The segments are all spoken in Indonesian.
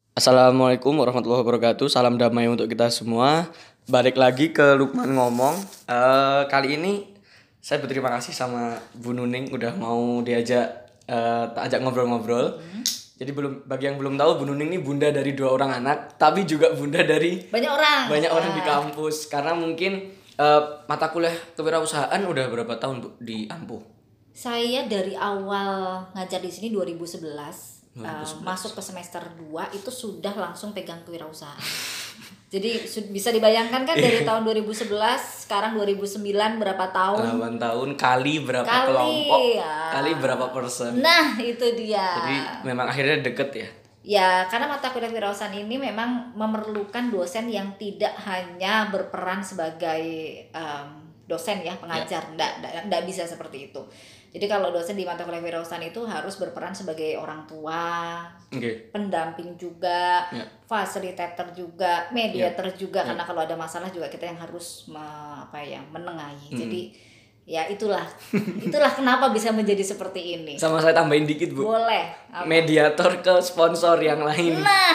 Assalamualaikum warahmatullahi wabarakatuh. Salam damai untuk kita semua. Balik lagi ke Lukman ngomong. Kali ini saya berterima kasih sama Bu Nuning udah mau tak ajak ngobrol-ngobrol. Jadi bagi yang belum tahu, Bu Nuning ini bunda dari 2 orang anak, tapi juga bunda dari Banyak orang di kampus. Karena mungkin mata kuliah kewirausahaan udah berapa tahun Bu di Ampuh? Saya dari awal ngajar di sini 2011, 2011. masuk ke semester 2 itu sudah langsung pegang kewirausahaan. Jadi bisa dibayangkan kan dari tahun 2011 sekarang 2009 berapa tahun? 8 tahun kali berapa Kali, kelompok? ya. Kali berapa persen? Nah, itu dia. Jadi memang akhirnya deket ya. Ya, karena mata kuliah kewirausahaan ini memang memerlukan dosen yang tidak hanya berperan sebagai dosen ya, pengajar. Nggak bisa seperti itu. Jadi kalau dosen di mata kuliah kewirausahaan itu harus berperan sebagai orang tua, pendamping juga, fasilitator juga, mediator juga. Karena kalau ada masalah juga kita yang harus menengahi. Jadi ya itulah kenapa bisa menjadi seperti ini. Sama saya tambahin dikit Bu. Boleh. Mediator ke sponsor yang lain. Nah,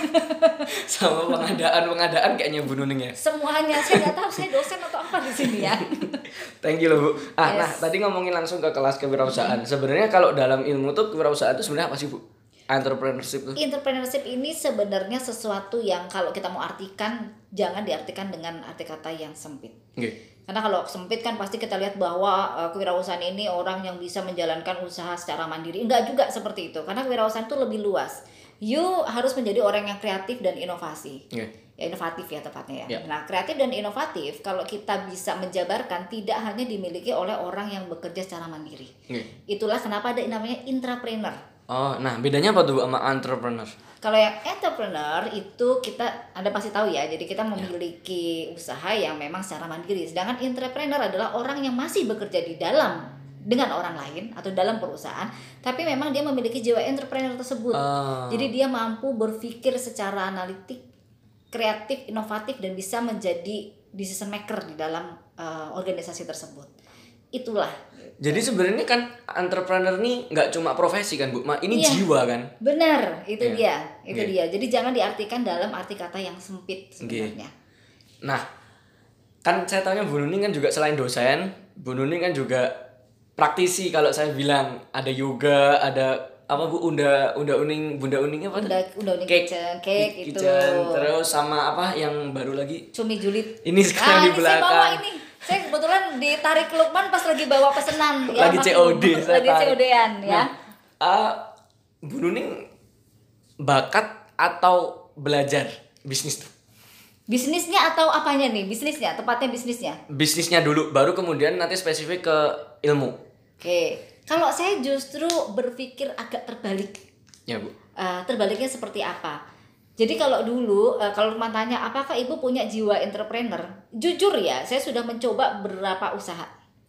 sama pengadaan kayaknya Bu Nuning ya. semuanya saya nggak tahu saya dosen atau apa di sini ya. Thank you loh Bu. Yes. Nah tadi ngomongin langsung ke kelas kewirausahaan. Sebenarnya kalau dalam ilmu tuh kewirausahaan itu sebenarnya apa sih Bu? Entrepreneurship tuh. Entrepreneurship ini sebenarnya sesuatu yang kalau kita mau artikan jangan diartikan dengan arti kata yang sempit. Karena kalau sempit kan pasti kita lihat bahwa kewirausahaan ini orang yang bisa menjalankan usaha secara mandiri. Enggak juga seperti itu. Karena kewirausahaan itu lebih luas. You harus menjadi orang yang kreatif dan inovasi. Ya, inovatif ya tepatnya ya. Nah, kreatif dan inovatif kalau kita bisa menjabarkan tidak hanya dimiliki oleh orang yang bekerja secara mandiri. Itulah kenapa ada namanya intrapreneur. Oh, nah bedanya apa tuh Bu sama entrepreneur? Kalau yang entrepreneur itu Anda pasti tahu ya. Jadi kita memiliki usaha yang memang secara mandiri. Sedangkan entrepreneur adalah orang yang masih bekerja dengan orang lain atau dalam perusahaan, tapi memang dia memiliki jiwa entrepreneur tersebut. Jadi dia mampu berpikir secara analitik, kreatif, inovatif dan bisa menjadi decision maker di dalam organisasi tersebut. Itulah. Jadi sebenarnya kan entrepreneur nih nggak cuma profesi kan Bu, ini jiwa kan? Benar, itu dia. Jadi jangan diartikan dalam arti kata yang sempit sebenarnya. Nah, kan saya taunya Bu Nuning kan juga selain dosen, Bu Nuning kan juga praktisi. Kalau saya bilang ada yoga, ada apa Bu, Bunda Uning apa? Bunda Uning cake itu. Terus sama apa yang baru lagi? Cumi julid. Ini sekarang di belakang. Saya bawa ini. Saya kebetulan ditarik Lukman pas lagi bawa pesanan ya. Lagi COD saya lagi COD-an ya. Bu Nuning bakat atau belajar bisnis tuh? Bisnisnya atau apanya nih? Bisnisnya, tepatnya bisnisnya. Bisnisnya dulu, baru kemudian nanti spesifik ke ilmu. Oke. Kalau saya justru berpikir agak terbalik. Ya Bu. Terbaliknya seperti apa? Jadi kalau dulu, kalau Lukman tanya apakah ibu punya jiwa entrepreneur? Jujur ya, saya sudah mencoba beberapa usaha.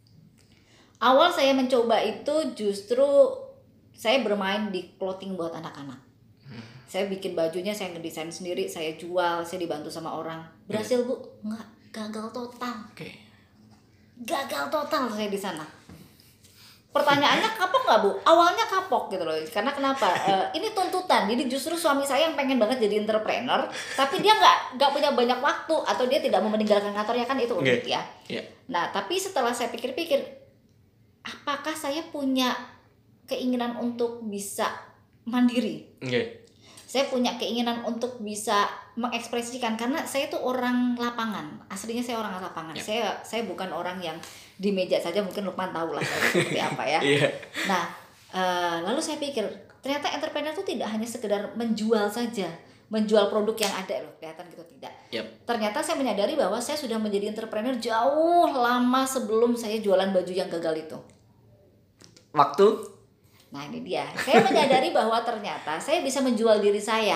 Awal saya mencoba itu justru saya bermain di clothing buat anak-anak. Saya bikin bajunya, saya ngedesain sendiri, saya jual, saya dibantu sama orang. Berhasil Bu? Enggak, gagal total. Gagal total saya di sana. Pertanyaannya kapok nggak Bu? Awalnya kapok gitu loh. Karena kenapa? Ini tuntutan. Jadi justru suami saya yang pengen banget jadi entrepreneur, tapi dia nggak punya banyak waktu atau dia tidak mau meninggalkan kantornya, kan itu unik ya. Nah, tapi setelah saya pikir-pikir, apakah saya punya keinginan untuk bisa mandiri? Saya punya keinginan untuk bisa mengekspresikan, karena saya tuh orang lapangan. Aslinya saya orang lapangan. Saya bukan orang yang di meja saja, mungkin Lukman tahu lah seperti apa ya. Nah, lalu saya pikir ternyata entrepreneur itu tidak hanya sekedar menjual saja, menjual produk yang ada loh, kelihatan gitu tidak. Ternyata saya menyadari bahwa saya sudah menjadi entrepreneur jauh lama sebelum saya jualan baju yang gagal itu. Waktu? Nah ini dia, saya menyadari bahwa ternyata saya bisa menjual diri saya.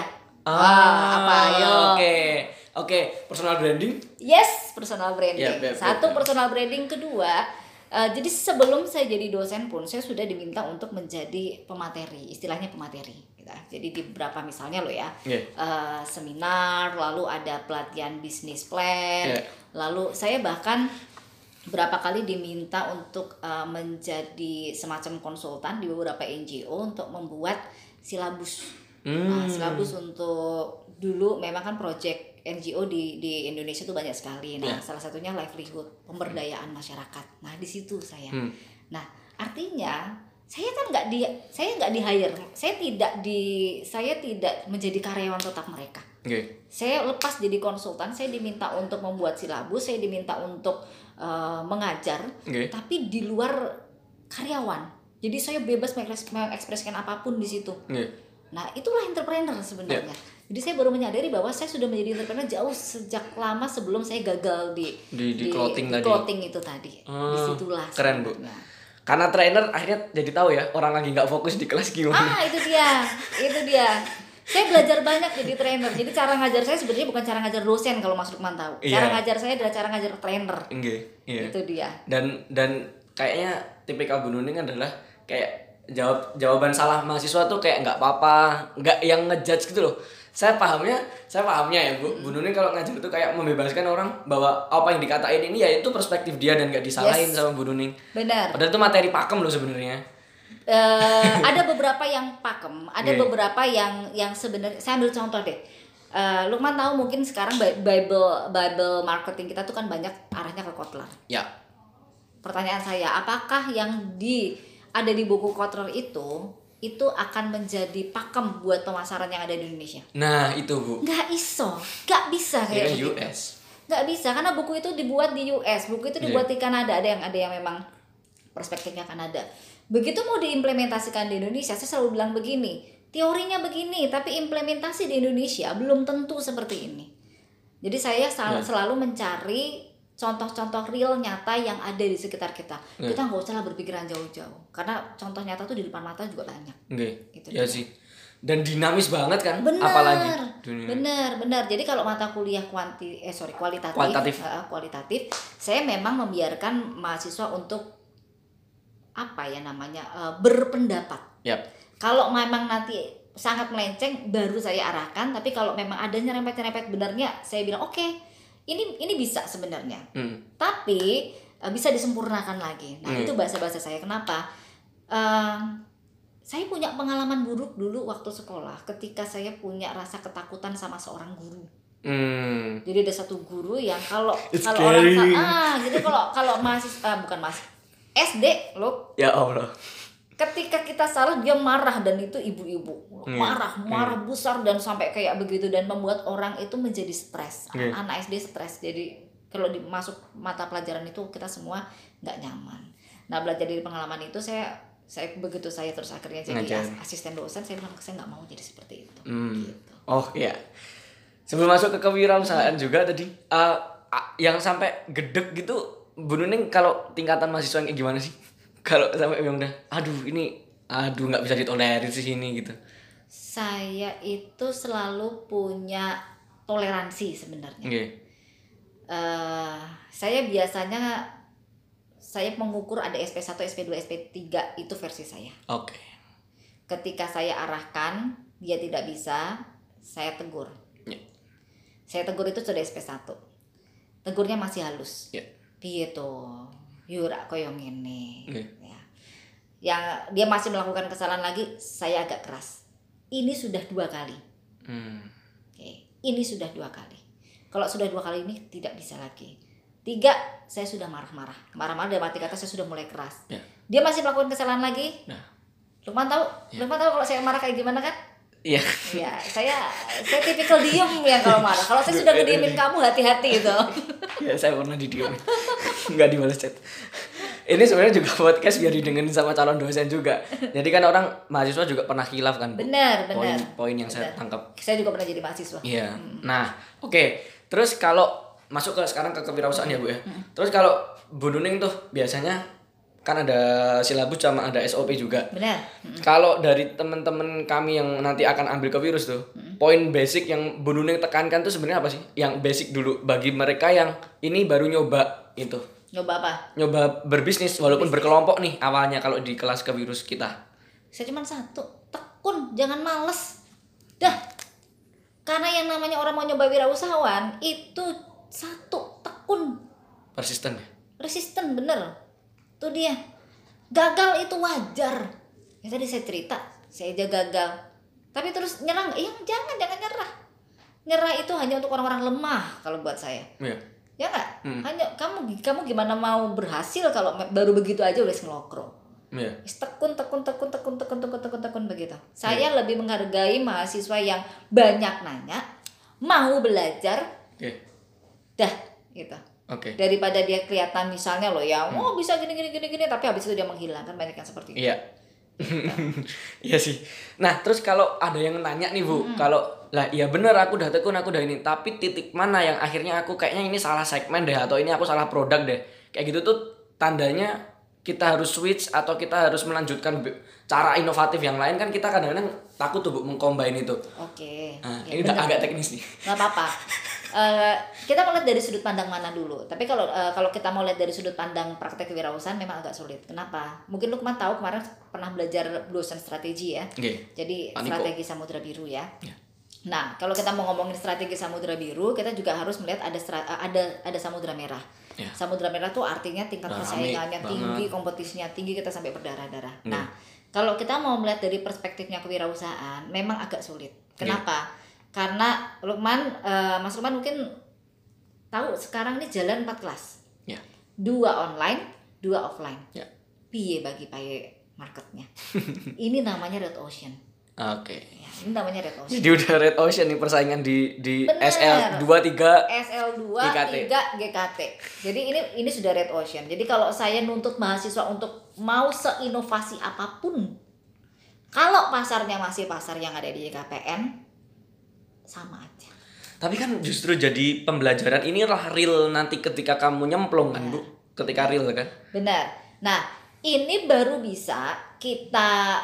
Oke, personal branding? Yes, personal branding. Satu, personal branding. Kedua, jadi sebelum saya jadi dosen pun saya sudah diminta untuk menjadi pemateri, istilahnya pemateri. Jadi di beberapa misalnya loh ya, seminar, lalu ada pelatihan bisnis plan, lalu saya bahkan berapa kali diminta untuk menjadi semacam konsultan di beberapa NGO untuk membuat silabus Silabus untuk dulu memang kan project NGO di Indonesia tuh banyak sekali. Nah, salah satunya livelihood, pemberdayaan masyarakat. Nah, di situ saya. Nah, artinya saya kan nggak di hire, saya tidak menjadi karyawan tetap mereka. Saya lepas jadi konsultan, saya diminta untuk membuat silabus, saya diminta untuk mengajar, tapi di luar karyawan. Jadi saya bebas mengekspresikan apapun di situ. Nah, itulah entrepreneur sebenarnya. Jadi saya baru menyadari bahwa saya sudah menjadi entrepreneur jauh sejak lama sebelum saya gagal di clothing itu tadi. Disitulah. Keren Bu. Karena trainer akhirnya jadi tahu ya orang lagi nggak fokus di kelas gimana. Itu dia. Saya belajar banyak jadi trainer. Jadi cara ngajar saya sebenarnya bukan cara ngajar dosen kalau Mas Lukman tahu. Cara ngajar saya adalah cara ngajar trainer. Itu dia. Dan kayaknya tipikal Bu Nuning adalah kayak jawaban salah mahasiswa tuh kayak nggak apa-apa, nggak yang ngejudge gitu loh. Saya pahamnya ya Bu Nuning kalau ngajar itu kayak membebaskan orang bahwa apa yang dikatain ini ya itu perspektif dia dan nggak disalahin sama Bu Nuning. Benar. Padahal itu materi pakem loh sebenarnya. Ada beberapa yang pakem, ada beberapa yang sebenarnya saya ambil contoh deh. Lukman tahu mungkin sekarang Bible marketing kita tuh kan banyak arahnya ke Kotler. Ya. Pertanyaan saya, apakah yang ada di buku Kotler itu akan menjadi pakem buat pemasaran yang ada di Indonesia? Nah itu Bu. Nggak bisa kayak gitu. US. Nggak bisa karena buku itu dibuat di US, buku itu dibuat di Kanada, ada yang memang perspektifnya Kanada. Begitu mau diimplementasikan di Indonesia, saya selalu bilang begini, teorinya begini, tapi implementasi di Indonesia belum tentu seperti ini. Jadi saya selalu mencari contoh-contoh real nyata yang ada di sekitar kita. Kita nggak usah lah berpikiran jauh-jauh, karena contoh nyata tuh di depan mata juga banyak. Gitu ya sih. Dan dinamis banget kan, bener, apalagi dunia. Bener. Jadi kalau mata kuliah kualitatif, saya memang membiarkan mahasiswa untuk berpendapat. Kalau memang nanti sangat melenceng, baru saya arahkan. Tapi kalau memang ada nyerempet-nyerempet benernya, saya bilang oke. Ini bisa sebenarnya, tapi bisa disempurnakan lagi. Nah itu bahasa saya. Kenapa? Saya punya pengalaman buruk dulu waktu sekolah, ketika saya punya rasa ketakutan sama seorang guru. Jadi ada satu guru yang kalau mahasiswa SD loh. Ya Allah. Ketika kita salah dia marah, dan itu ibu-ibu marah besar dan sampai kayak begitu, dan membuat orang itu menjadi stres. Anak SD stres. Jadi kalau masuk mata pelajaran itu kita semua nggak nyaman. Nah, belajar dari pengalaman itu saya begitu saya terus akhirnya jadi asisten dosen, saya bilang saya nggak mau jadi seperti itu. Gitu. Oh iya. Sebelum masuk ke kewirausahaan juga tadi yang sampai gedek gitu, Bu Nuning kalau tingkatan mahasiswa kayak gimana sih? Kalau sampai yang udah nggak bisa ditolerir sih ini gitu. Saya itu selalu punya toleransi sebenarnya. Saya biasanya mengukur ada SP1, SP2, SP3 itu versi saya. Ketika saya arahkan dia tidak bisa, saya tegur. Saya tegur itu sudah SP1. Tegurnya masih halus. Gitu. Yura koyong ini. Ya. Yang dia masih melakukan kesalahan lagi, saya agak keras. Ini sudah 2 kali. Ini sudah 2 kali. Kalau sudah 2 kali ini tidak bisa lagi. 3, saya sudah marah-marah dalam arti kata saya sudah mulai keras. Dia masih melakukan kesalahan lagi. Lukman tahu kalau saya marah kayak gimana kan? Iya. Ya, saya tipikal diem yang kalau marah. Kalau saya sudah ngediemin kamu, hati-hati gitu. Ya, saya pernah didiemin. Enggak dibalas chat. Ini sebenarnya juga podcast biar didengerin sama calon dosen juga. Jadi kan orang mahasiswa juga pernah khilaf kan. Benar. Poin yang saya tangkap. Saya juga pernah jadi mahasiswa. Iya. Nah, oke. Terus kalau masuk sekarang ke kewirausahaan ya Bu ya. Terus kalau Bu Nuning tuh biasanya kan ada silabus sama ada SOP juga. Benar. Kalau dari teman-teman kami yang nanti akan ambil kewirus tuh, poin basic yang Bu Nuning tekankan tuh sebenarnya apa sih? Yang basic dulu bagi mereka yang ini baru nyoba itu. Nyoba apa? Nyoba berbisnis walaupun berkelompok nih awalnya kalau di kelas kewirus kita. Saya cuma satu, tekun, jangan males. Dah. Karena yang namanya orang mau nyoba wirausahawan itu satu, tekun. Persisten ya? Resisten, bener. Itu dia. Gagal itu wajar. Ya tadi saya cerita, saya aja gagal. Tapi terus nyerah nggak? Jangan nyerah. Nyerah itu hanya untuk orang-orang lemah kalau buat saya. Iya. Ya nggak? Hanya kamu gimana mau berhasil kalau baru begitu aja udah ngelokro. Iya. Tekun begitu. Saya lebih menghargai mahasiswa yang banyak nanya, mau belajar, dah gitu. Daripada dia kelihatan misalnya loh ya, bisa gini, tapi habis itu dia menghilang, kan banyak yang seperti itu. Iya. Iya sih. Nah terus kalau ada yang nanya nih Bu, kalau lah iya bener aku udah tekun, aku udah ini, tapi titik mana yang akhirnya aku kayaknya ini salah segmen deh, atau ini aku salah produk deh, kayak gitu tuh tandanya kita harus switch atau kita harus melanjutkan cara inovatif yang lain. Kan kita kadang-kadang takut tuh Bu mengcombine itu. Nah, ya, ini udah agak teknis nih. Nggak apa-apa. Kita mau lihat dari sudut pandang mana dulu. Tapi kalau kita mau lihat dari sudut pandang praktek kewirausahaan memang agak sulit. Kenapa? Mungkin Lukman tahu kemarin pernah belajar dosen strategi ya. Jadi strategi Samudra Biru ya. Nah, kalau kita mau ngomongin strategi Samudra Biru, kita juga harus melihat ada Samudra Merah. Samudra Merah tuh artinya tingkat persaingannya tinggi, kompetisinya tinggi, kita sampai berdarah-darah. Nah, kalau kita mau melihat dari perspektifnya kewirausahaan, memang agak sulit. Kenapa? Karena Mas Lukman mungkin tahu sekarang ini jalan 4 kelas. 2 online, 2 offline. Piye bagi paye marketnya. Ini namanya red ocean. Ya, ini namanya red ocean. Jadi udah red ocean nih persaingan di SL2 3 GKT. Jadi ini sudah red ocean. Jadi kalau saya nuntut mahasiswa untuk mau seinovasi apapun, kalau pasarnya masih pasar yang ada di JKPN, sama aja. Tapi kan justru jadi pembelajaran inilah real nanti ketika kamu nyemplung kan Bu, ketika real kan. Benar. Nah, ini baru bisa kita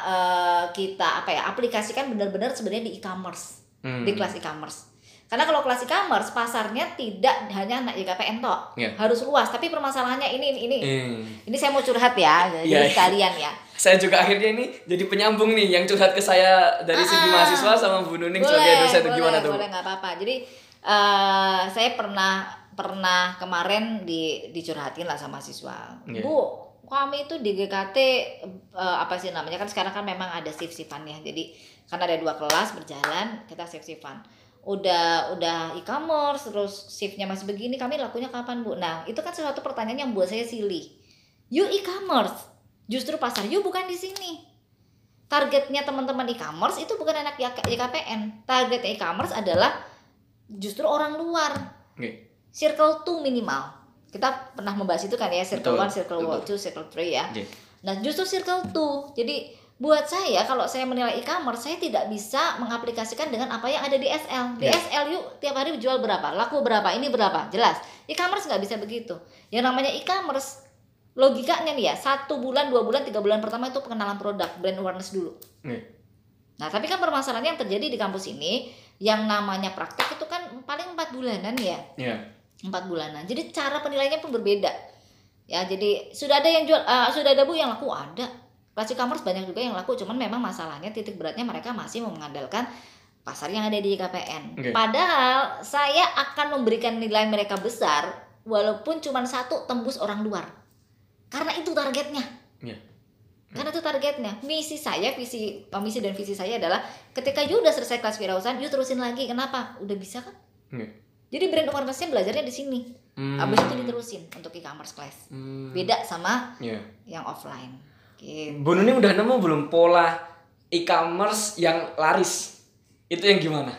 aplikasikan benar-benar sebenarnya di e-commerce, di kelas e-commerce. Karena kalau kelas e-commerce pasarnya tidak hanya anak JKPN tok, harus luas. Tapi permasalahannya ini saya mau curhat ya, jadi sekalian ya. Saya juga akhirnya ini jadi penyambung nih yang curhat ke saya dari segi mahasiswa sama Bu Nuning sebagai dosen. Gimana tuh? Boleh, nggak apa-apa. Jadi saya pernah kemarin dicurhatin lah sama mahasiswa. Bu, kami itu di GKT apa sih namanya, kan sekarang kan memang ada shift-shiftannya. Jadi karena ada 2 kelas berjalan, kita shift-shiftan. Udah e-commerce terus shiftnya masih begini, kami lakunya kapan Bu? Nah, itu kan suatu pertanyaan yang buat saya silly. You e-commerce, justru pasar you bukan di sini. Targetnya teman-teman e-commerce itu bukan anak JKPN. Target e-commerce adalah justru orang luar. Circle 2 minimal. Kita pernah membahas itu kan ya, circle 1, circle 2, circle 3 ya. Nah, justru circle 2. Jadi buat saya, kalau saya menilai e-commerce, saya tidak bisa mengaplikasikan dengan apa yang ada di SL. Di SL yuk tiap hari jual berapa, laku berapa, ini berapa, jelas. E-commerce nggak bisa begitu. Yang namanya e-commerce, logikanya nih ya, 1 bulan, 2 bulan, 3 bulan pertama itu pengenalan produk, brand awareness dulu. Nah, tapi kan permasalahannya yang terjadi di kampus ini, yang namanya praktek itu kan paling 4 bulanan ya. 4 bulanan. Jadi cara penilaiannya pun berbeda. Ya, jadi sudah ada yang jual, sudah ada Bu yang laku, ada. Kelas e-commerce banyak juga yang laku, cuman memang masalahnya titik beratnya mereka masih mengandalkan pasar yang ada di JKPN. Padahal saya akan memberikan nilai mereka besar walaupun cuma 1 tembus orang luar. Karena itu targetnya. Karena itu targetnya. Misi dan visi saya adalah ketika you udah selesai kelas wirausahaan, you terusin lagi. Kenapa? Udah bisa kan? Jadi brand awareness-nya belajarnya di sini. Habis itu diterusin untuk e-commerce class. Beda sama yang offline. Bu Nuning udah nemu belum pola e-commerce yang laris? Itu yang gimana?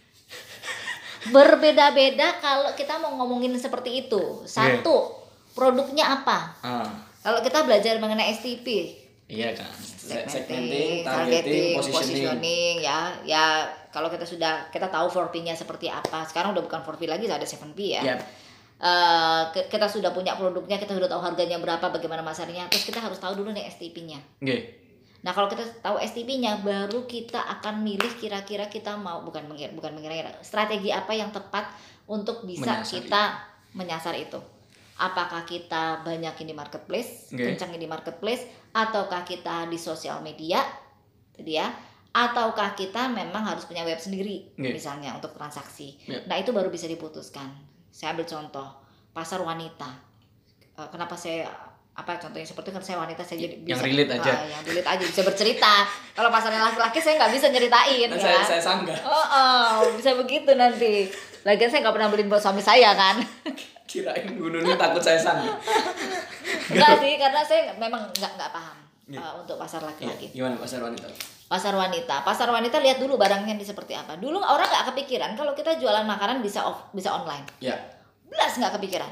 Berbeda-beda kalau kita mau ngomongin seperti itu. 1, produknya apa? Kalau kita belajar mengenai STP, iya kan, segmenting, targeting, positioning ya kalau kita tahu 4P-nya seperti apa. Sekarang udah bukan 4P lagi, ada 7P ya. Kita sudah punya produknya, kita sudah tahu harganya berapa, bagaimana masarnya, terus kita harus tahu dulu nih STP-nya. Nah, kalau kita tahu STP-nya, baru kita akan milih kira-kira kita mau bukan mengira-ngira strategi apa yang tepat untuk bisa kita menyasar itu. Apakah kita banyakin di marketplace, kencangin di marketplace, ataukah kita di sosial media, tadi ya, ataukah kita memang harus punya web sendiri, misalnya untuk transaksi. Nah, itu baru bisa diputuskan. Saya ambil contoh pasar wanita. Kenapa saya apa contohnya seperti kan saya wanita saya jadi Yang bisa relate aja. yang relate aja bisa bercerita. Kalau pasarnya laki-laki saya nggak bisa nyeritain Dan ya. saya sanggah. Bisa begitu nanti. Lagian saya nggak pernah beliin buat suami saya kan. Kirain gunungnya takut saya sanggah. Enggak sih, karena saya memang nggak paham untuk pasar Iya, laki-laki. gimana pasar wanita? Pasar wanita lihat dulu barangnya di seperti apa. Dulu orang nggak kepikiran kalau kita jualan makanan bisa online. Ya. Belas nggak kepikiran.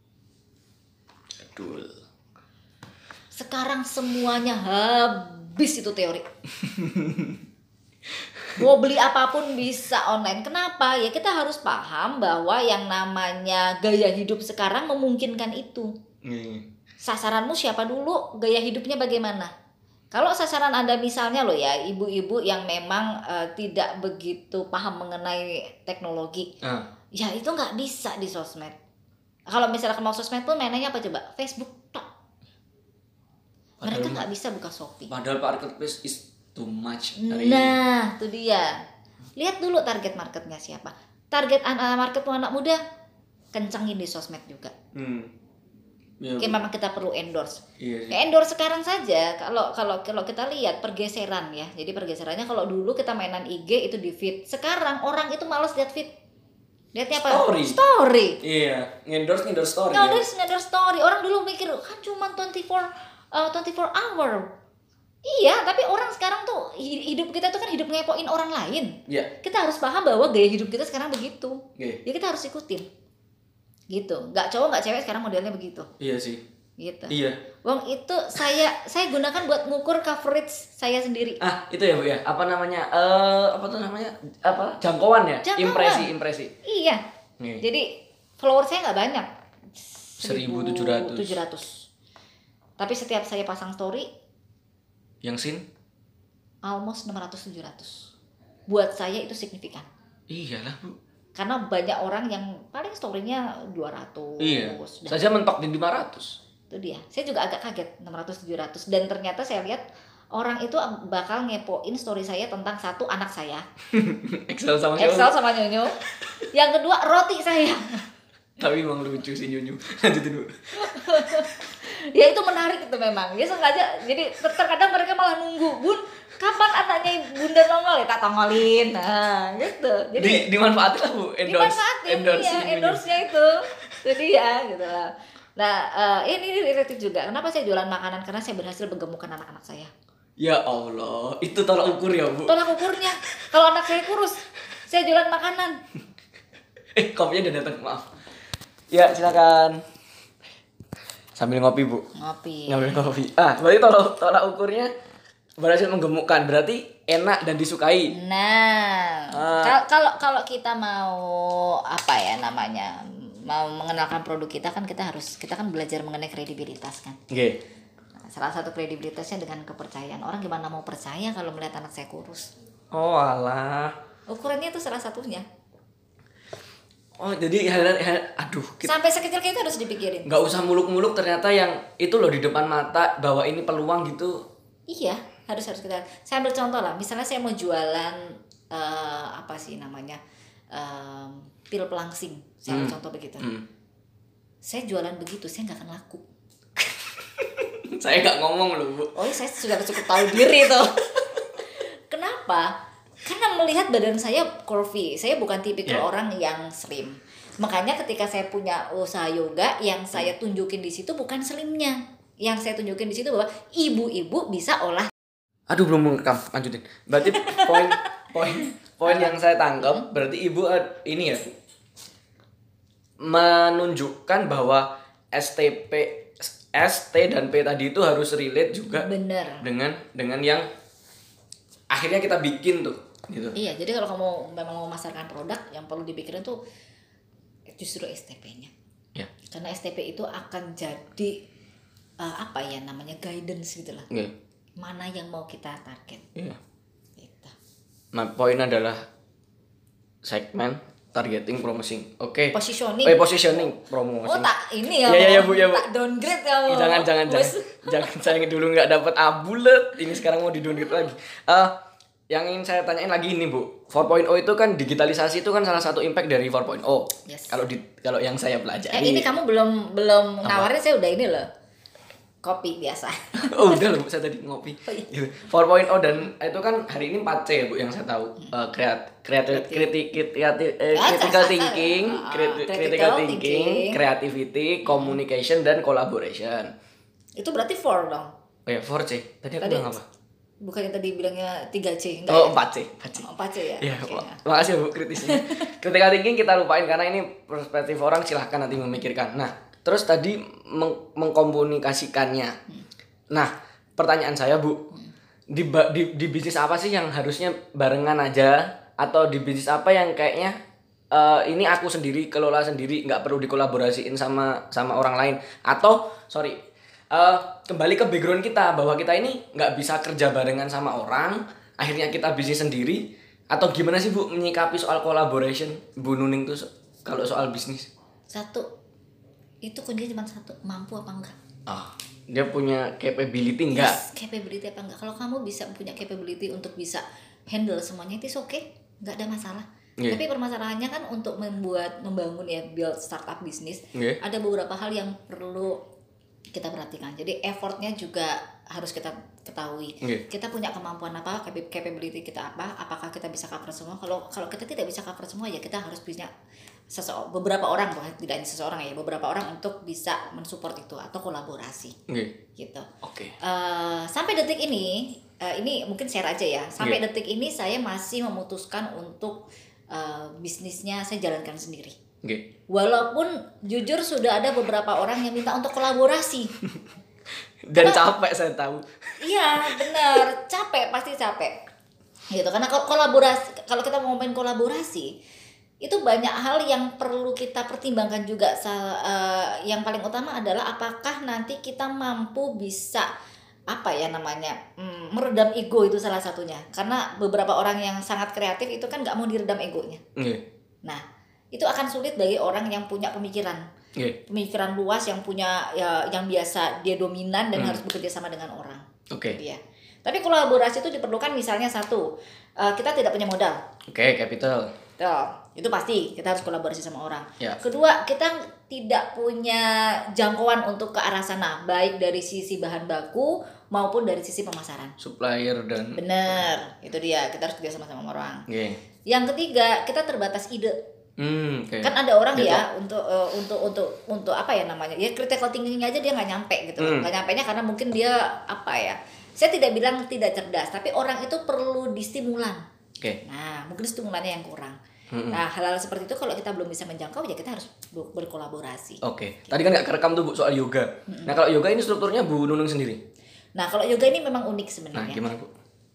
Betul. Sekarang semuanya habis itu teori. Mau beli apapun bisa online. Kenapa? Ya kita harus paham bahwa yang namanya gaya hidup sekarang memungkinkan itu. Sasaranmu siapa dulu? Gaya hidupnya bagaimana? Kalau sasaran Anda misalnya loh ya, ibu-ibu yang memang tidak begitu paham mengenai teknologi. Ya itu nggak bisa di sosmed. Kalau misalnya mau sosmed pun mainannya apa coba? Facebook tok. Mereka nggak bisa buka Shopee. Padahal marketplace is too much. Nah, itu dia. Lihat dulu target marketnya siapa. Target market anak muda, kencengin di sosmed juga. Ya, Oke, memang kita perlu endorse. iya. Ya, endorse sekarang saja. Kalau kita lihat pergeseran ya. Jadi pergeserannya kalau dulu kita mainan IG itu di feed. Sekarang orang itu malas lihat feed. Lihatnya apa? Story. Iya, endorse story. Ngendorse story. Orang dulu mikir kan cuma 24 hour. Iya, tapi orang sekarang tuh hidup kita tuh kan hidup ngepoin orang lain. Iya. Kita harus paham bahwa gaya hidup kita sekarang begitu. Iya. Ya kita harus ikutin. Gitu. Nggak cowok nggak cewek sekarang modelnya begitu. Iya sih. Gitu. Iya. Wong itu saya gunakan buat ngukur coverage saya sendiri. Itu ya Bu ya. Apa namanya? Apa tuh namanya? Apa? Jangkauan ya? Jangkauan. Impresi. Iya. Jadi follower saya nggak banyak. 1.700. Tapi setiap saya pasang story Yang sin? almost 600-700. Buat saya itu signifikan. Iyalah Bu. Karena banyak orang yang paling story-nya 200. Iya. Dan Saja mentok di 500. itu dia. Saya juga agak kaget 600-700 dan ternyata saya lihat orang itu bakal ngepoin story saya tentang satu anak saya. Excel sama Nyonyo. Yang kedua roti saya. Tapi emang lucu sih Nyunyu. Lanjutin dulu. Ya itu menarik itu memang. Ya sengaja. Jadi terkadang mereka malah nunggu, "Bun, kapan anaknya Bunda nongol?" Ya tak tongolin. Nah, gitu. Jadi dimanfaatin lah Bu. endorse-nya itu. Jadi ya gitu lah. Nah, ini related juga. Kenapa saya jualan makanan? Karena saya berhasil menggemukkan anak-anak saya. Ya Allah, itu tolak ukur ya Bu. Tolak ukurnya. Kalau anak saya kurus, saya jualan makanan. Kopinya udah datang, maaf. Ya, silakan. Sambil ngopi, Bu. Ngambil kopi. Berarti tolak ukurnya berhasil menggemukkan. Berarti enak dan disukai. Nah, kalau kita mau apa ya namanya? Mau mengenalkan produk kita kan kita kan belajar mengenai kredibilitas kan. Oke. Nah, salah satu kredibilitasnya dengan kepercayaan. Orang gimana mau percaya kalau melihat anak saya kurus? Oh alah. Ukurannya itu salah satunya. Oh jadi Sampai sekecil kayak itu harus dipikirin. Nggak usah muluk-muluk, ternyata yang itu loh di depan mata bahwa ini peluang gitu. Iya, harus kita. Saya ambil contoh lah. Misalnya saya mau jualan apa sih namanya? Pil pelangsing. Saya ambil contoh begitu. Saya jualan begitu, saya nggak akan laku. Saya nggak ngomong loh Bu. Oh, saya sudah cukup tahu diri tuh. Kenapa? Karena melihat badan saya curvy. Saya bukan tipikal orang yang slim. Makanya ketika saya punya usaha yoga, yang saya tunjukin di situ bukan slimnya. Yang saya tunjukin di situ bahwa ibu-ibu bisa olah. Aduh belum merekam, lanjutin. Berarti poin yang saya tangkap berarti ibu ini ya menunjukkan bahwa ST dan P tadi itu harus relate juga. Bener. dengan yang akhirnya kita bikin tuh gitu. Iya, jadi kalau kamu memang mau memasarkan produk, yang perlu dipikirin tuh justru STP-nya. Ya. Karena STP itu akan jadi apa ya namanya guidance gitu lah. Okay. Mana yang mau kita target. Iya. Gitu. Nah, poin adalah segmen, targeting, promoting. Oke. Positioning. Positioning, promoting. Oh, tak ini ya. Iya, Bu. Tak downgrade kamu. Jangan. Jangan saya dulu nggak dapat bulet. Ini sekarang mau di-downgrade lagi. Yang ingin saya tanyain lagi ini, Bu. 4.0 itu kan digitalisasi itu kan salah satu impact dari 4.0. Yes. Kalau yang saya pelajari. Ini kamu belum nawarin, saya udah ini loh. Kopi biasa. Oh udah loh, saya tadi ngopi. Oh, iya. 4.0 dan itu kan hari ini 4C ya Bu yang saya tahu. Critical thinking, critical thinking, creativity, communication dan collaboration. Itu berarti 4 dong. Oh ya, 4C. Tadi aku Tadi bilang apa? bukannya tadi bilangnya 3C, enggak Oh, ya? 4C. 4C ya. Ya, Oke. makasih ya Bu kritisnya. Critical thinking kita lupain karena ini perspektif orang, silahkan nanti memikirkan. Nah, terus tadi mengkomunikasikannya. Nah, pertanyaan saya Bu, di bisnis apa sih yang harusnya barengan aja, atau di bisnis apa yang kayaknya ini aku sendiri kelola sendiri, nggak perlu dikolaborasiin sama orang lain, atau sorry, kembali ke background kita bahwa kita ini nggak bisa kerja barengan sama orang, akhirnya kita bisnis sendiri, atau gimana sih Bu menyikapi soal collaboration Bu Nuning tuh kalau soal bisnis? Satu, itu kuncinya cuma satu, mampu apa enggak? Dia punya capability enggak? Yes, capability apa enggak? Kalau kamu bisa punya capability untuk bisa handle semuanya, itu oke, nggak ada masalah. Yeah. Tapi permasalahannya kan untuk membangun ya, build startup bisnis, ada beberapa hal yang perlu kita perhatikan. Jadi effortnya juga harus kita ketahui. Kita punya kemampuan apa, capability kita apa, apakah kita bisa cover semua? Kalau kita tidak bisa cover semua, ya kita harus punya beberapa orang, tidak hanya seseorang ya, beberapa orang untuk bisa mensupport itu atau kolaborasi. Gitu. Sampai detik ini mungkin share aja ya. Sampai detik ini saya masih memutuskan untuk bisnisnya saya jalankan sendiri. Walaupun jujur sudah ada beberapa orang yang minta untuk kolaborasi. Dan capek saya tahu. Iya benar, pasti capek. Gitu, karena kolaborasi, kalau kita mau ngomongin kolaborasi, itu banyak hal yang perlu kita pertimbangkan juga. Yang paling utama adalah apakah nanti kita mampu bisa meredam ego, itu salah satunya. Karena beberapa orang yang sangat kreatif itu kan nggak mau diredam egonya. Nah, itu akan sulit bagi orang yang punya pemikiran luas, yang punya yang biasa dia dominan dan harus bekerja sama dengan orang. Ya. Tapi kolaborasi itu diperlukan, misalnya satu, kita tidak punya modal. Capital. Itu pasti kita harus kolaborasi sama orang. Yeah. Kedua, kita tidak punya jangkauan untuk ke arah sana, baik dari sisi bahan baku maupun dari sisi pemasaran. Supplier dan. Bener, itu dia, kita harus kerja sama orang. Yang ketiga, kita terbatas ide. Kan ada orang untuk apa ya namanya, ya critical thinking aja dia nggak nyampe gitu. Nggak nyampenya karena mungkin dia saya tidak bilang tidak cerdas, tapi orang itu perlu distimulan. Nah, mungkin stimulannya yang kurang. Nah, hal-hal seperti itu kalau kita belum bisa menjangkau, ya kita harus berkolaborasi. Tadi kan nggak kerekam tuh Bu soal yoga. Nah, kalau yoga ini strukturnya Bu Nunung sendiri. Nah, kalau yoga ini memang unik sebenarnya. Nah, gimana Bu?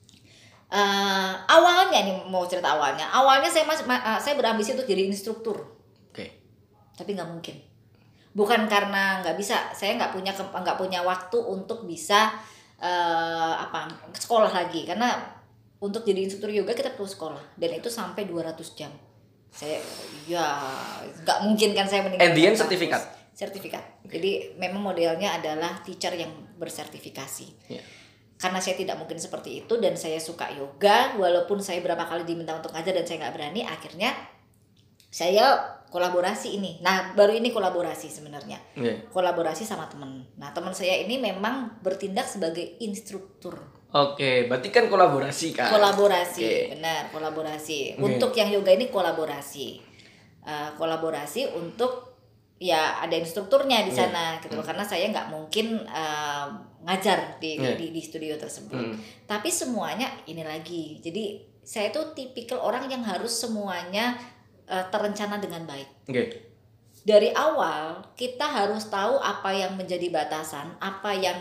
Awalnya nih, mau cerita awalnya. Awalnya saya berambisi untuk jadi instruktur. Tapi nggak mungkin. Bukan karena nggak bisa, saya nggak punya waktu untuk bisa sekolah lagi, karena untuk jadi instruktur yoga kita perlu sekolah, dan itu sampai 200 jam. Saya nggak mungkin kan saya meninggalkan. And the end sertifikat. Jadi memang modelnya adalah teacher yang bersertifikasi. Karena saya tidak mungkin seperti itu, dan saya suka yoga, walaupun saya berapa kali diminta untuk ngajar dan saya nggak berani, akhirnya saya kolaborasi ini. Nah, baru ini kolaborasi sebenarnya. Kolaborasi sama teman. Nah, teman saya ini memang bertindak sebagai instruktur. Berarti kan kolaborasi kan? Kolaborasi, benar, kolaborasi. Untuk yang yoga ini kolaborasi. Kolaborasi untuk ya ada instrukturnya di sana gitu loh. Karena saya nggak mungkin ngajar di studio tersebut. Tapi semuanya ini lagi. Jadi saya tuh tipikal orang yang harus semuanya terencana dengan baik. Dari awal kita harus tahu apa yang menjadi batasan, apa yang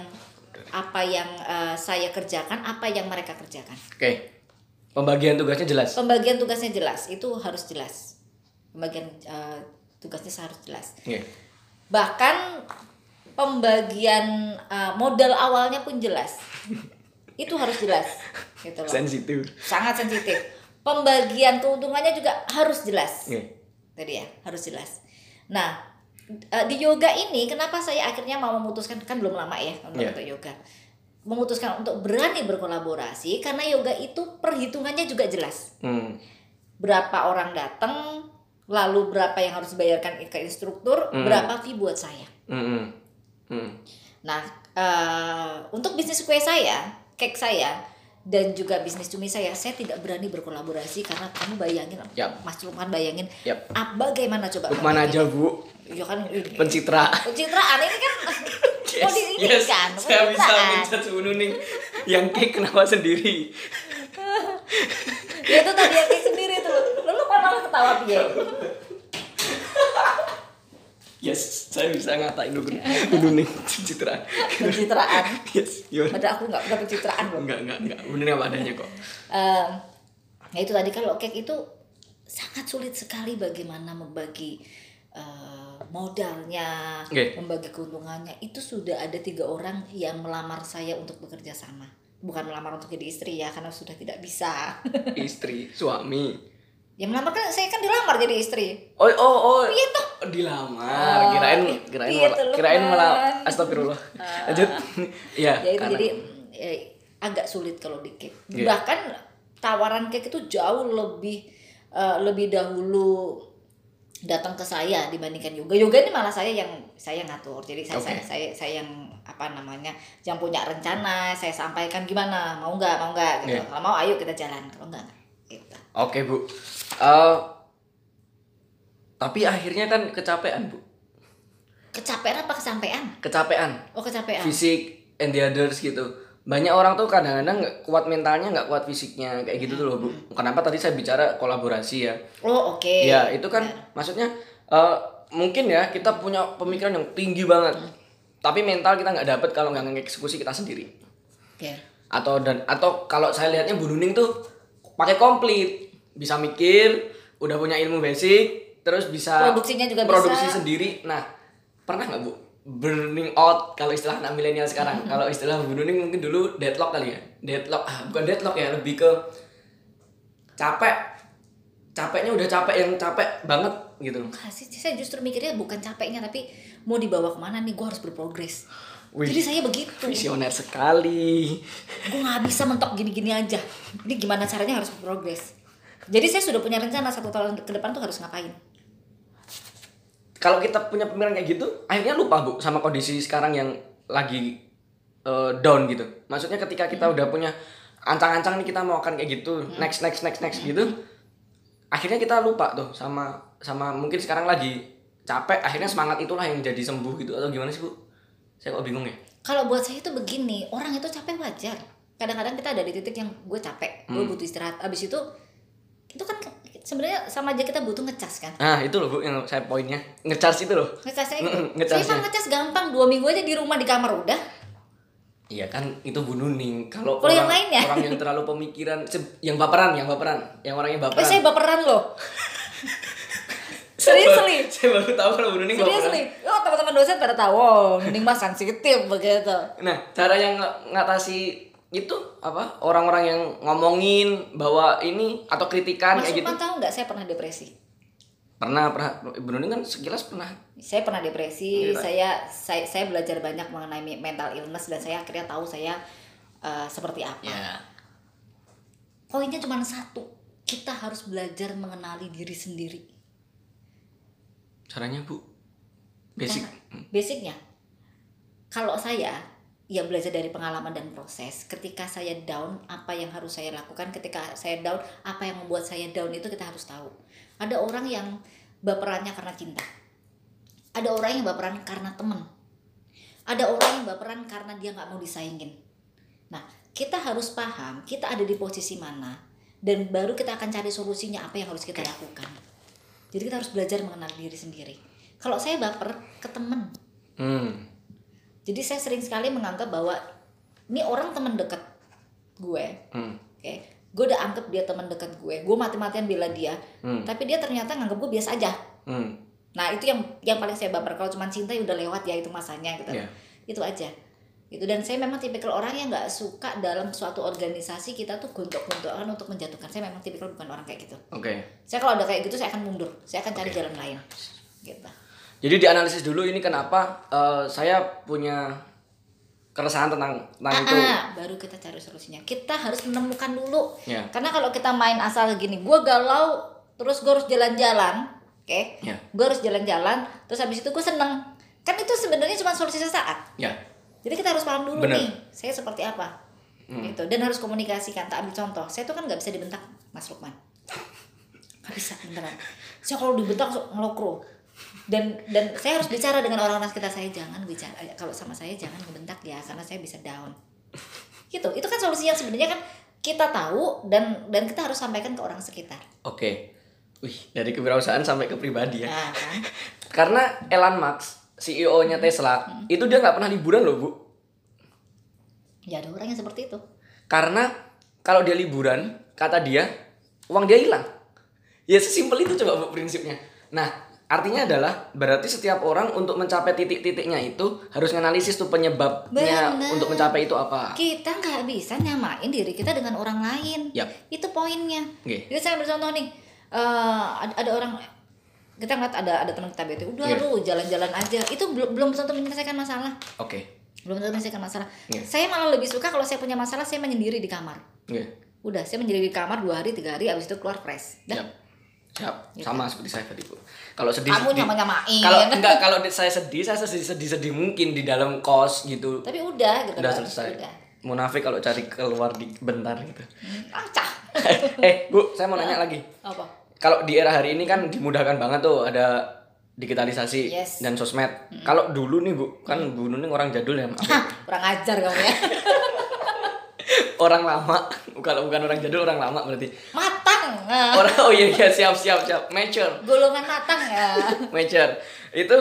saya kerjakan, apa yang mereka kerjakan. Pembagian tugasnya jelas. Pembagian tugasnya jelas, itu harus jelas. Pembagian tugasnya harus jelas. Bahkan pembagian modal awalnya pun jelas. Itu harus jelas. Gitu loh. Sensitif. Sangat sensitif. Pembagian keuntungannya juga harus jelas. Tadi ya, harus jelas. Nah, di yoga ini kenapa saya akhirnya mau memutuskan, kan belum lama ya untuk yoga, memutuskan untuk berani berkolaborasi, karena yoga itu perhitungannya juga jelas. Berapa orang datang, lalu berapa yang harus dibayarkan ke instruktur, berapa fee buat saya. Nah, untuk bisnis kue saya, cake saya, dan juga bisnis cumi saya tidak berani berkolaborasi karena kamu bayangin, Mas Lukman bayangin, bagaimana coba? Lukman aja Bu. Ya kan ini. Pencitraan ini kan mau ini kan. Saya bisa menjudge Bu Nuning yang cake kenapa sendiri. Ya itu tadi yang cake sendiri tuh. Lu kok malah ketawa piye? Yes, saya bisa ngatain Bu Nuning pencitraan. Yes, padahal aku nggak pencitraan loh. Enggak. Bu Nuning apa adanya kok. Ya itu tadi kalau cake itu sangat sulit sekali bagaimana membagi modalnya, membagi keuntungannya. Itu sudah ada 3 orang yang melamar saya untuk bekerja sama. Bukan melamar untuk jadi istri ya, karena sudah tidak bisa. Istri, suami. Ya melamar kan, saya kan dilamar jadi istri. Oh. Iya toh. Dilamar. Kirain malah astagfirullah. Lanjut. Ya itu jadi agak sulit kalau di cake. Bahkan tawaran cake itu jauh lebih dahulu datang ke saya dibandingkan yoga. Yoga ini malah saya yang ngatur. Jadi saya yang yang punya rencana, saya sampaikan gimana, mau nggak gitu. Kalau mau ayo kita jalan, kalau enggak gitu. Oke, Bu. Tapi akhirnya kan kecapean, Bu. Kecapean apa kesampean? Kecapean. Oh, kecapean. Fisik and the others gitu. Banyak orang tuh kadang-kadang nggak kuat mentalnya, nggak kuat fisiknya, kayak gitu tuh loh Bu. Kenapa tadi saya bicara kolaborasi ya? Oh oke. Ya itu kan maksudnya mungkin ya kita punya pemikiran yang tinggi banget, tapi mental kita nggak dapet kalau nggak ngeksekusi kita sendiri. Atau kalau saya lihatnya Bu Nuning tuh pakai komplit, bisa mikir, udah punya ilmu basic, terus bisa produksinya juga produksi bisa sendiri. Nah pernah nggak Bu burning out kalau istilah anak milenial sekarang? Kalau istilah Bu Nuning mungkin dulu deadlock kali ya. Bukan deadlock ya, lebih ke capeknya udah capek yang capek banget gitu. Saya justru mikirnya bukan capeknya, tapi mau dibawa kemana nih, gue harus berprogres. Jadi saya begitu. Visioner sekali. Gue nggak bisa mentok gini-gini aja. Ini gimana caranya harus berprogres. Jadi saya sudah punya rencana 1 tahun ke depan tuh harus ngapain. Kalau kita punya pemikiran kayak gitu, akhirnya lupa Bu sama kondisi sekarang yang lagi down gitu. Maksudnya ketika kita udah punya ancang-ancang nih kita mau akan kayak gitu, next gitu. Akhirnya kita lupa tuh sama mungkin sekarang lagi capek, akhirnya semangat itulah yang jadi sembuh gitu atau gimana sih Bu? Saya kok bingung ya. Kalau buat saya itu begini, orang itu capek wajar. Kadang-kadang kita ada di titik yang gue capek, gue butuh istirahat. Abis itu kan sebenarnya sama aja kita butuh ngecas kan. Nah itu loh Bu yang saya poinnya, ngecas itu loh. Ngecasnya itu. Saya ngecas gampang, 2 minggu aja di rumah di kamar udah. Iya kan itu Bu Nuning. Kalau yang lainnya, orang yang terlalu pemikiran, yang baperan, yang orangnya baperan. Saya baperan loh. Seriously. Saya baru tahu kalau Bu Nuning baperan. Seriously. Oh, teman-teman dosen pada tahu, Nuning mah sensitif begitu. Nah, cara yang ngatasi itu apa? Orang-orang yang ngomongin bahwa ini atau kritikan Mas kayak gitu. Mas tahu nggak saya pernah depresi? Pernah. Bu Nuning kan sekilas pernah. Saya pernah depresi. Saya belajar banyak mengenai mental illness dan saya akhirnya tahu saya seperti apa. Yeah. Poinnya cuma 1. Kita harus belajar mengenali diri sendiri. Caranya Bu? Basicnya. Kalau saya ya belajar dari pengalaman dan proses. Ketika saya down, apa yang harus saya lakukan? Ketika saya down, apa yang membuat saya down itu kita harus tahu. Ada orang yang baperannya karena cinta. Ada orang yang baperan karena teman. Ada orang yang baperan karena dia nggak mau disaingin. Nah, kita harus paham kita ada di posisi mana dan baru kita akan cari solusinya apa yang harus kita lakukan. Jadi kita harus belajar mengenal diri sendiri. Kalau saya baper ke teman. Jadi saya sering sekali menganggap bahwa ini orang teman dekat gue, okay? Gue udah anggap dia teman dekat gue mati-matian bela dia, tapi dia ternyata nganggap gue biasa aja. Nah itu yang paling saya baper. Kalau cuma cinta ya udah lewat ya, itu masanya gitu, itu aja. Gitu. Dan saya memang tipikal orang yang nggak suka dalam suatu organisasi kita tuh gontok-gontokan untuk menjatuhkan. Saya memang tipikal bukan orang kayak gitu. Saya kalau udah kayak gitu saya akan mundur, saya akan cari jalan lain. Gitu. Jadi dianalisis dulu ini kenapa saya punya keresahan tentang itu. Baru kita cari solusinya. Kita harus menemukan dulu. Karena kalau kita main asal gini, gue galau, terus gue harus jalan-jalan, gue harus jalan-jalan, terus habis itu gue seneng. Kan itu sebenarnya cuma solusi sesaat. Jadi kita harus paham dulu Bener. nih, saya seperti apa. Gitu. Dan harus komunikasikan. Tak ambil contoh, saya tuh kan nggak bisa dibentak, Mas Lukman. Nggak bisa beneran. Saya kalau dibentak ngelokro. Dan saya harus bicara dengan orang-orang sekitar saya, jangan bicara kalau sama saya, jangan ngebentak ya, karena saya bisa down. Gitu. Itu kan solusi yang sebenarnya kan kita tahu dan kita harus sampaikan ke orang sekitar. Oke. Wih, dari kewirausahaan sampai ke pribadi ya. Nah, kan? Karena Elon Musk, CEO-nya Tesla, itu dia nggak pernah liburan loh, Bu. Ya ada orang yang seperti itu. Karena kalau dia liburan, kata dia, uang dia hilang. Ya sesimpel itu coba, Bu, prinsipnya. Nah, artinya adalah berarti setiap orang untuk mencapai titik-titiknya itu harus menganalisis tuh penyebabnya. Bener. Untuk mencapai itu apa. Kita nggak bisa nyamain diri kita dengan orang lain. Yap. Itu poinnya. Oke. Jadi saya ambil contoh nih, ada orang, kita ngeliat ada teman kita bete, udah Iya. lu jalan-jalan aja. Itu belum tentu menyelesaikan masalah. Oke. Belum tentu menyelesaikan masalah. Iya. Saya malah lebih suka kalau saya punya masalah, saya menyendiri di kamar. Oke. Udah, saya menyendiri di kamar 2 hari 3 hari, abis itu keluar fresh. Dah. Siap. Siap. Sama seperti saya tadi, Bu. Kalau sedih, Kamu nyama-nyamain. kalau saya sedih mungkin di dalam kos gitu. Tapi udah gitu. Udah kan. selesai. Udah. Munafik kalau cari keluar di bentar gitu. Acah. Bu, saya mau nanya lagi. Apa? Kalau di era hari ini kan dimudahkan banget tuh, ada digitalisasi Yes. dan sosmed. Kalau dulu nih, Bu, kan Bu Nuning orang jadul ya, maaf. Kurang ajar kamu ya. Orang lama. Kalau bukan orang jadul, orang lama berarti. Matang. Oh iya siap. Mature. Golongan matang ya. Mature. Itu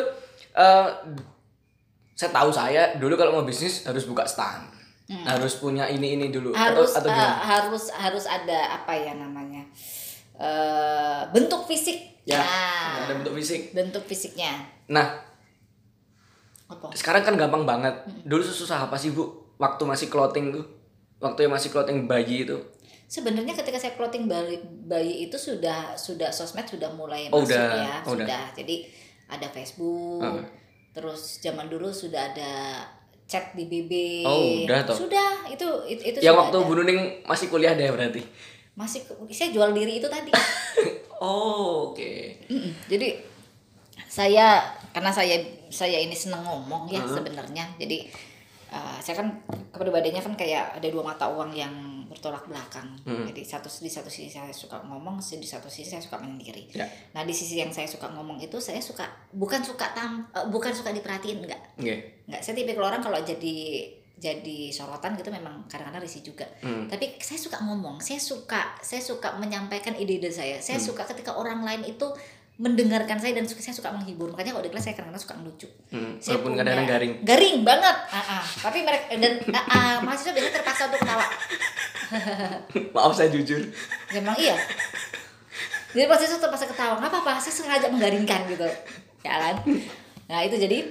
saya dulu kalau mau bisnis harus buka stand. Harus punya ini dulu. Harus atau gimana? harus ada apa ya namanya? Bentuk fisik. Ya, Nah, ada bentuk fisik. bentuk fisiknya. Nah, Apa? sekarang kan gampang banget. Dulu susah apa sih, Bu? Waktu masih clothing tuh. Waktu yang masih clothing bayi itu. Sebenarnya ketika saya clothing bayi itu sudah sosmed sudah mulai Oh, masuk udah. ya, Oh, sudah. Jadi ada Facebook. Terus zaman dulu sudah ada chat di BB. Oh, udah toh. Sudah, itu Yang sudah waktu ada. Bu Nuning masih kuliah deh berarti. Masih saya jual diri itu tadi. Oh, oke. Jadi karena saya ini seneng ngomong ya sebenarnya. Jadi saya kan kepribadiannya kan kayak ada 2 mata uang yang bertolak belakang. Jadi di satu sisi saya suka ngomong, di satu sisi saya suka menyendiri. Ya. Nah, di sisi yang saya suka ngomong itu saya suka bukan suka diperhatiin, enggak. Oke. Enggak, saya tipikal orang kalau jadi sorotan gitu memang kadang-kadang risih juga. Tapi saya suka ngomong, saya suka menyampaikan ide-ide saya. Saya suka ketika orang lain itu mendengarkan saya dan saya suka menghibur. Makanya kalau di kelas saya kadang-kadang suka ngelucu. Saya Walaupun kadang-kadang garing. Garing banget. Tapi mereka dan mahasiswa biasanya terpaksa untuk ketawa. Maaf saya jujur. Memang iya. Jadi mahasiswa terpaksa ketawa. Nggak apa-apa, saya sengaja menggaringkan gitu. Ya kan? Nah, itu jadi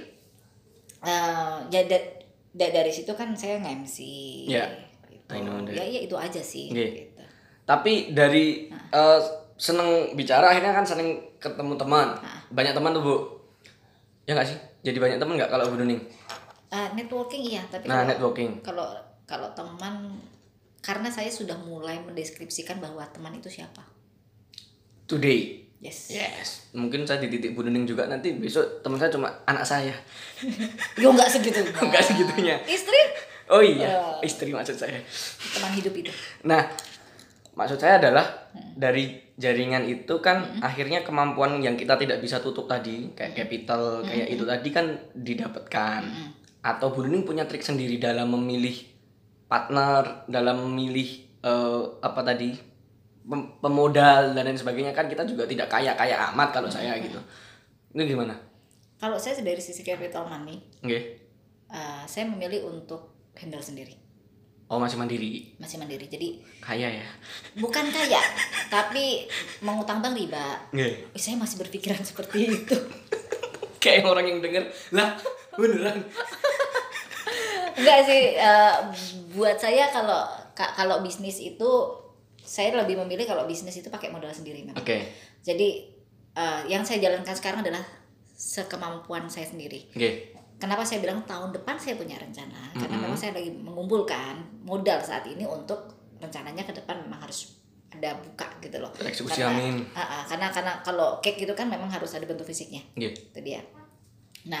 dari situ kan saya nge-MC. Ya. Gitu. I know that. Ya itu aja sih. Oke. Gitu. Tapi dari seneng bicara akhirnya kan sering ketemu teman. Banyak teman tuh, Bu. Ya nggak sih? Jadi banyak teman nggak kalau Bu Nuning? Networking iya, tapi Nah, networking. kalau teman, karena saya sudah mulai mendeskripsikan bahwa teman itu siapa. Today. Yes. Mungkin saya di titik Bu Nuning juga, nanti besok teman saya cuma anak saya. Yo nggak segitu. Nggak segitunya. Istri, Oh iya, istri maksud saya. teman hidup itu. Nah, maksud saya adalah dari jaringan itu kan akhirnya kemampuan yang kita tidak bisa tutup tadi, kayak capital, kayak itu tadi kan didapatkan. Atau Bu Nuning punya trik sendiri dalam memilih partner, dalam memilih apa tadi, pemodal dan lain sebagainya. Kan kita juga tidak kaya amat kalau saya gitu. Ini gimana? Kalau saya dari sisi capital money, Oke. saya memilih untuk handle sendiri, Oh, masih mandiri. masih mandiri. Jadi Kaya ya. bukan kaya, tapi mengutang bank riba. Oke. Saya masih berpikiran seperti itu. Kayak orang yang denger, lah beneran. Enggak sih, buat saya kalau bisnis itu saya lebih memilih kalau bisnis itu pakai modal sendiri memang. Oke. Jadi yang saya jalankan sekarang adalah sekemampuan saya sendiri. Oke. Kenapa saya bilang tahun depan saya punya rencana? Karena memang saya lagi mengumpulkan modal saat ini untuk rencananya ke depan memang harus ada buka gitu loh. Eksekusi, Karena, amin. karena kalau cake gitu kan memang harus ada bentuk fisiknya. Oke. Itu dia. Nah,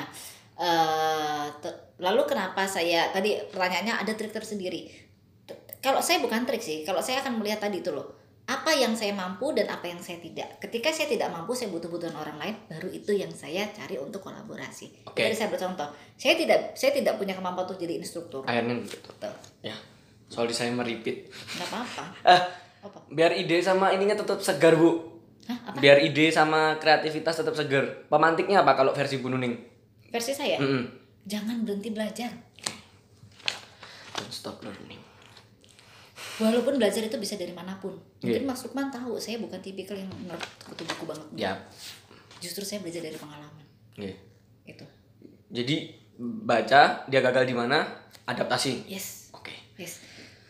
Lalu kenapa saya tadi pertanyaannya ada trik tersendiri? Kalau saya bukan trik sih, kalau saya akan melihat tadi itu loh, apa yang saya mampu dan apa yang saya tidak. Ketika saya tidak mampu, saya butuh-butuhan orang lain, baru itu yang saya cari untuk kolaborasi. Oke. Jadi saya bercontoh, saya tidak punya kemampuan untuk jadi instruktur. Akhirnya gitu. Tuh, Ya. Soalnya saya meripit. nggak apa-apa. Apa? Biar ide sama ininya tetap segar, Bu. Hah, apa? Biar ide sama kreativitas tetap segar. Pemantiknya apa kalau versi Bu Nuning? Versi saya, Mm-mm. jangan berhenti belajar. Don't stop learning. Walaupun belajar itu bisa dari manapun. Mungkin Iya. Mas Lukman tahu, saya bukan tipikal yang nerd kutu buku banget. Ya. Justru saya belajar dari pengalaman. Iya. Itu. Jadi baca, dia gagal di mana, adaptasi. Yes. Oke. Yes.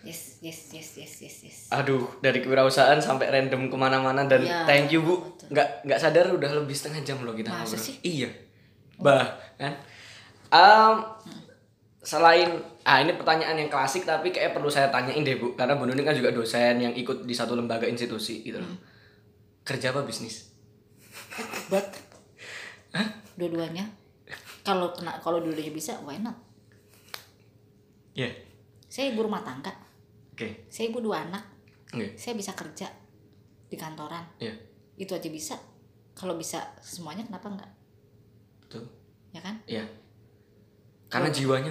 Aduh, dari kewirausahaan sampai random kemana-mana dan Ya, thank you Bu. betul. Nggak sadar udah lebih setengah jam loh kita Masa ngobrol. sih? Iya. Kan. Selain ini pertanyaan yang klasik tapi kayak perlu saya tanyain deh Bu, karena Bu Nuning kan juga dosen yang ikut di satu lembaga institusi gitu loh. Kerja apa bisnis? Buat dua-duanya. Kalau dua-duanya bisa, why not? Iya. Saya ibu rumah tangga. Oke. Saya ibu 2 anak. Oke. Saya bisa kerja di kantoran. Iya. Itu aja bisa. Kalau bisa semuanya kenapa enggak? Betul. Ya kan? Iya. Karena jiwanya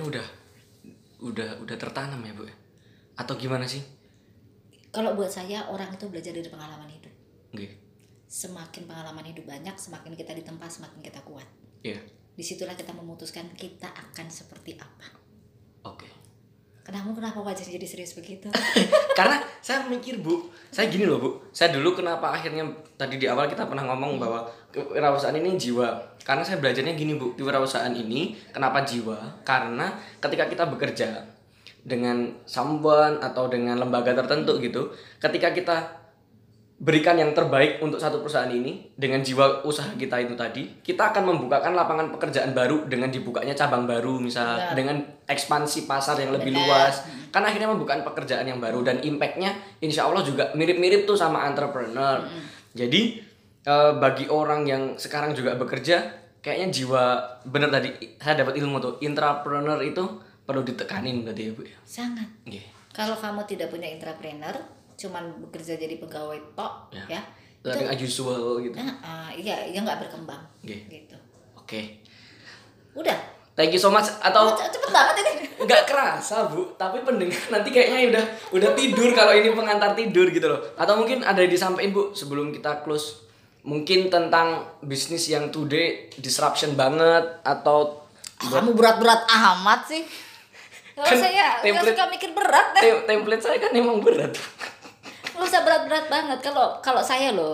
udah tertanam ya Bu. Atau gimana sih? Kalau buat saya orang itu belajar dari pengalaman hidup. Oke. Semakin pengalaman hidup banyak, semakin kita ditempa, semakin kita kuat. Iya. Disitulah kita memutuskan kita akan seperti apa. Oke. Kenapa wajahnya jadi serius begitu? Karena saya mikir Bu, saya gini loh Bu, saya dulu kenapa akhirnya tadi di awal kita pernah ngomong bahwa kewirausahaan ini jiwa. Karena saya belajarnya gini Bu, kewirausahaan ini kenapa jiwa? Karena ketika kita bekerja dengan someone atau dengan lembaga tertentu gitu, ketika kita berikan yang terbaik untuk satu perusahaan ini dengan jiwa usaha kita itu tadi, kita akan membukakan lapangan pekerjaan baru dengan dibukanya cabang baru misal, Benar. dengan ekspansi pasar yang lebih Benar. luas, kan akhirnya membuka pekerjaan yang baru dan impactnya insya Allah juga mirip-mirip tuh sama entrepreneur. Jadi bagi orang yang sekarang juga bekerja, kayaknya jiwa bener tadi saya dapat ilmu tuh, intrapreneur itu perlu ditekanin berarti ya Bu ya. Sangat. Nggih. Kalau kamu tidak punya intrapreneur, cuman bekerja jadi pegawai tok, ya. Learning as usual gitu. Iya, nggak berkembang. Oke. Gitu. Oke. Udah. Thank you so much. Atau Cepet banget ini. nggak kerasa Bu, tapi pendengar nanti kayaknya udah tidur kalau ini pengantar tidur gitu loh. Atau mungkin ada yang disampaikan Bu sebelum kita close, mungkin tentang bisnis yang today disruption banget atau Kamu berat-berat amat sih. Kalau Kan saya nggak template- suka mikir berat deh. template saya kan emang berat. Nggak usah berat-berat banget. Kalau saya loh,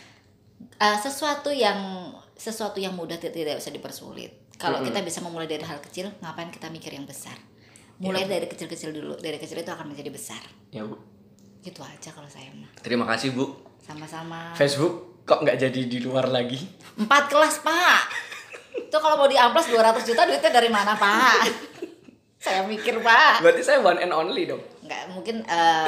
sesuatu yang mudah tidak usah dipersulit. Kalau kita bisa memulai dari hal kecil, ngapain kita mikir yang besar? Mulai dari kecil-kecil dulu. Dari kecil itu akan menjadi besar. Ya Bu. Gitu aja kalau saya mah. Terima kasih Bu. Sama-sama. Facebook kok nggak jadi di luar lagi? 4 kelas, Pak. Itu kalau mau diamplas 200 juta duitnya dari mana, Pak? Saya mikir, Pak. Berarti saya one and only dong. Nggak, mungkin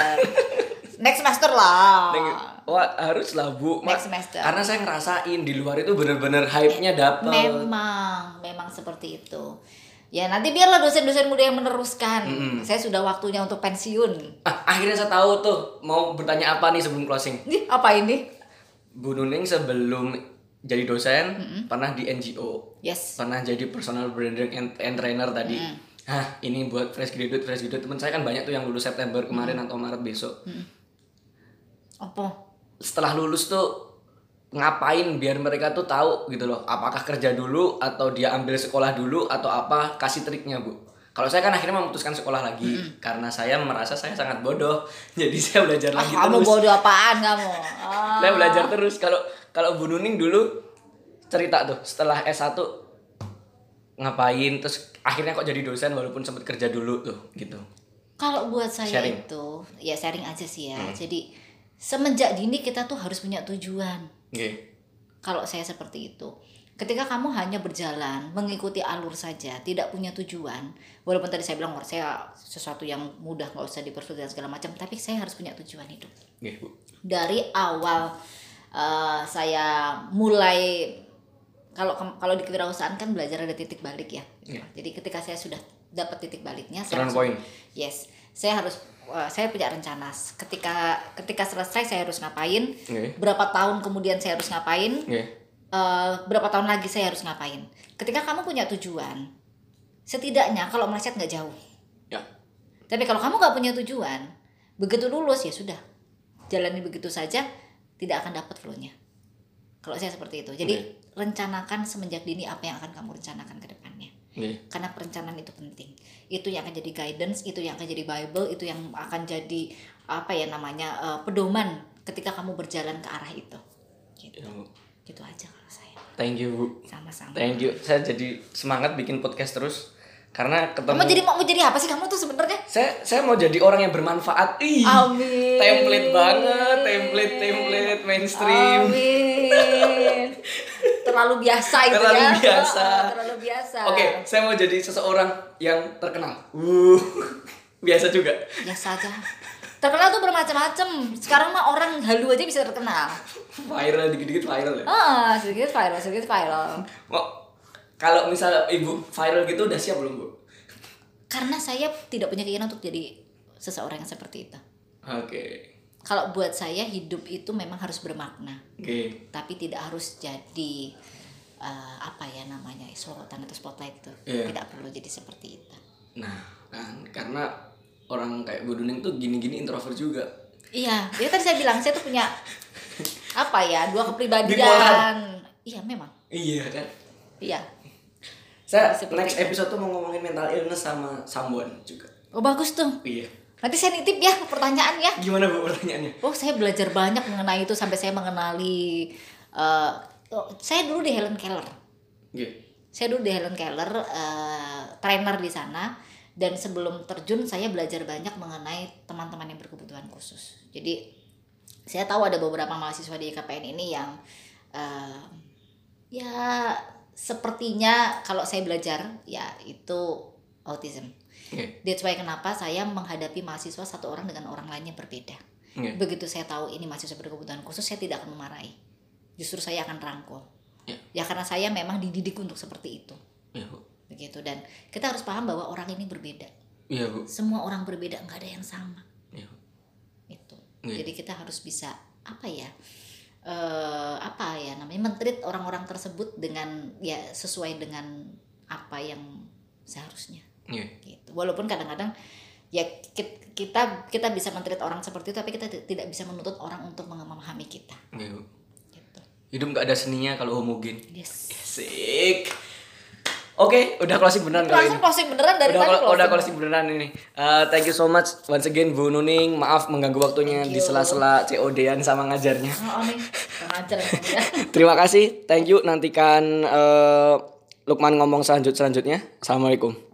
next semester lah. Wah harus lah Bu. Next semester. Karena saya ngerasain di luar itu bener-bener hype-nya dapet. Memang seperti itu. Ya nanti biarlah dosen-dosen muda yang meneruskan. Saya sudah waktunya untuk pensiun. Akhirnya saya tahu tuh mau bertanya apa nih sebelum closing. Ih, apa ini? Bu Nuning sebelum jadi dosen pernah di NGO, Yes. pernah jadi personal branding and trainer tadi. Ini buat fresh graduate teman saya kan banyak tuh yang lulus September kemarin atau Maret besok. Apa? Setelah lulus tuh ngapain biar mereka tuh tahu gitu loh, apakah kerja dulu atau dia ambil sekolah dulu atau apa, kasih triknya Bu. Kalau saya kan akhirnya memutuskan sekolah lagi karena saya merasa saya sangat bodoh. Jadi saya belajar lagi Kamu terus. bodoh apaan kamu? Saya belajar terus. Kalau Bu Nuning dulu cerita tuh setelah S1 ngapain terus akhirnya kok jadi dosen walaupun sempat kerja dulu tuh gitu. Kalau buat saya Sharing. itu ya sharing aja sih ya. Jadi semenjak dini kita tuh harus punya tujuan. Oke. Kalau saya seperti itu. Ketika kamu hanya berjalan mengikuti alur saja, tidak punya tujuan, walaupun tadi saya bilang saya sesuatu yang mudah nggak usah dipersulit dan segala macam, tapi saya harus punya tujuan hidup. Oke, Bu. Dari awal saya mulai kalau di kewirausahaan kan belajar ada titik balik ya. Iya. Jadi ketika saya sudah dapat titik baliknya, Turn point. yes, saya punya rencana. Ketika selesai saya harus ngapain, berapa tahun kemudian saya harus ngapain, berapa tahun lagi saya harus ngapain. Ketika kamu punya tujuan, setidaknya kalau meleset nggak jauh. Ya. Tapi kalau kamu nggak punya tujuan, begitu lulus ya sudah, jalani begitu saja, tidak akan dapat flow-nya. Kalau saya seperti itu. Jadi rencanakan semenjak dini apa yang akan kamu rencanakan ke depannya. Karena perencanaan itu penting. Itu yang akan jadi guidance, itu yang akan jadi Bible, itu yang akan jadi pedoman ketika kamu berjalan ke arah itu. Gitu. Gitu aja kalau saya. Thank you, Bu. Sama-sama. Thank you. Saya jadi semangat bikin podcast terus karena ketemu. Mau jadi apa sih kamu tuh sebenarnya? Saya mau jadi orang yang bermanfaat. Amin. Template banget, template mainstream. Amin. Terlalu biasa itu Terlalu ya. biasa. Terlalu biasa. Oke, saya mau jadi seseorang yang terkenal. Biasa juga. Biasa aja. Terkenal tuh bermacam-macam. Sekarang mah orang halu aja bisa terkenal. Viral dikit-dikit viral ya. Sedikit viral. Kalau misalnya Ibu viral gitu udah siap belum, Bu? Karena saya tidak punya keinginan untuk jadi seseorang yang seperti itu. Oke. Kalau buat saya hidup itu memang harus bermakna. Oke. Tapi tidak harus jadi sorotan atau spotlight itu. Tidak perlu jadi seperti itu. Nah, kan karena orang kayak Bu Nuning tuh gini-gini introvert juga. Iya, jadi tadi saya bilang saya tuh punya dua kepribadian. Bipolar. Iya, memang. Iya kan? Iya. Saya next episode tuh mau ngomongin mental illness sama someone juga. Oh, bagus tuh. Iya. Nanti saya nitip ya pertanyaan ya. Gimana, Bu, pertanyaannya? Oh, saya belajar banyak mengenai itu sampai saya mengenali saya dulu di Helen Keller. Saya dulu di Helen Keller trainer di sana, dan sebelum terjun saya belajar banyak mengenai teman-teman yang berkebutuhan khusus. Jadi saya tahu ada beberapa mahasiswa di IKPN ini yang sepertinya kalau saya belajar ya itu autism. That's why kenapa saya menghadapi mahasiswa satu orang dengan orang lainnya berbeda. Begitu saya tahu ini mahasiswa berkebutuhan khusus, saya tidak akan memarahi. Justru saya akan rangkul. Ya karena saya memang dididik untuk seperti itu. Begitu, dan kita harus paham bahwa orang ini berbeda. Bu. Semua orang berbeda, nggak ada yang sama. Itu. Jadi kita harus bisa mentreat orang-orang tersebut dengan sesuai dengan apa yang seharusnya. Gitu. Walaupun kadang-kadang ya kita bisa mentreat orang seperti itu, tapi kita tidak bisa menuntut orang untuk memahami kita. Gitu. Hidup nggak ada seninya kalau homogen. Yes. Asik. Oke, udah closing beneran kali ini. Closing beneran dari tadi. Udah closing beneran ini. Thank you so much once again Bu Nuning. Maaf mengganggu waktunya di sela-sela COD-an sama ngajarnya. Ngajar ya. Terima kasih. Thank you. Nantikan Lukman ngomong selanjutnya. Assalamualaikum.